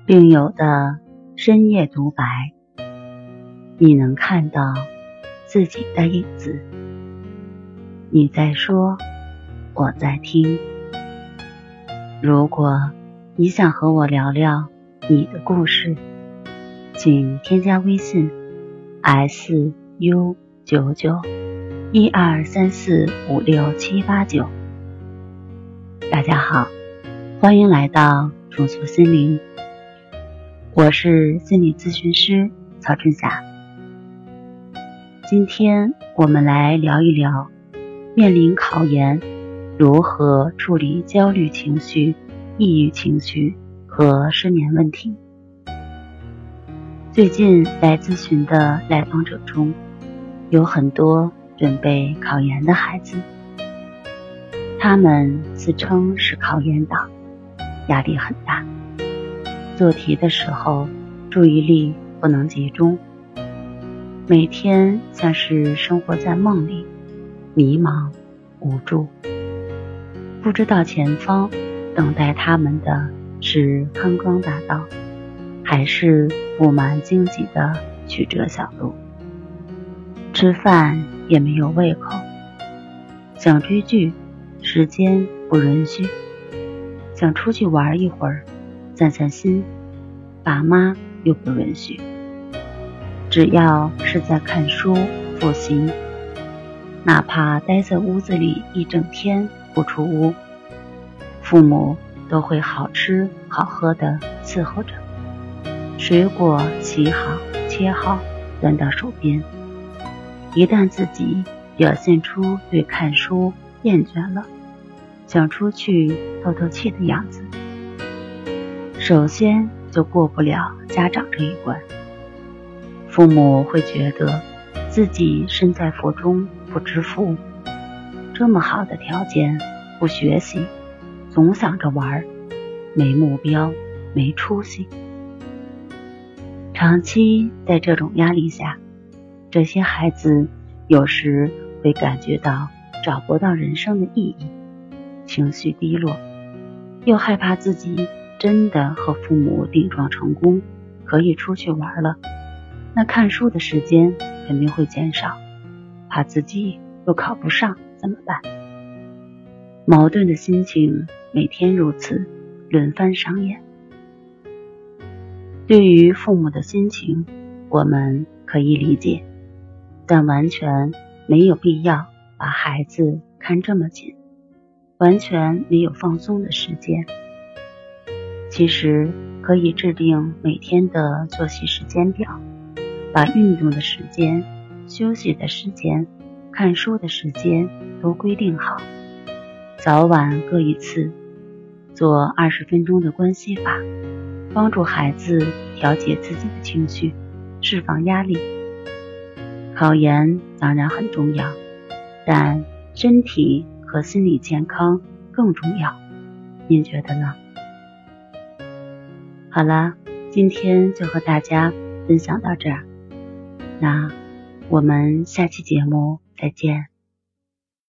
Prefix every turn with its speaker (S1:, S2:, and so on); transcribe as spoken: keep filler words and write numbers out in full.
S1: 病友的深夜独白，你能看到自己的影子。你在说，我在听。如果你想和我聊聊你的故事，请添加微信 S U 九九一二三四五六七八九。大家好，欢迎来到重塑心灵，我是心理咨询师曹春霞。今天我们来聊一聊面临考研如何处理焦虑情绪、抑郁情绪和失眠问题。最近来咨询的来访者中，有很多准备考研的孩子，他们自称是考研党，压力很大，做题的时候注意力不能集中，每天像是生活在梦里，迷茫无助，不知道前方等待他们的是康庄大道，还是布满荆棘的曲折小路。吃饭也没有胃口，想追剧时间不允许，想出去玩一会儿散散心，爸妈又不允许。只要是在看书复习，哪怕待在屋子里一整天不出屋，父母都会好吃好喝的伺候着，水果洗好切好端到手边。一旦自己表现出对看书厌倦了，想出去透透气的样子，首先就过不了家长这一关。父母会觉得自己身在福中不知福，这么好的条件不学习，总想着玩，没目标没出息。长期在这种压力下，这些孩子有时会感觉到找不到人生的意义，情绪低落，又害怕自己真的和父母顶撞成功，可以出去玩了，那看书的时间肯定会减少，怕自己又考不上怎么办？矛盾的心情每天如此轮番上演。对于父母的心情，我们可以理解，但完全没有必要把孩子看这么紧，完全没有放松的时间。其实可以制定每天的作息时间表，把运动的时间、休息的时间、看书的时间都规定好，早晚各一次，做二十分钟的关系法，帮助孩子调节自己的情绪，释放压力。考研当然很重要，但身体和心理健康更重要，您觉得呢？好了，今天就和大家分享到这儿，那我们下期节目再见。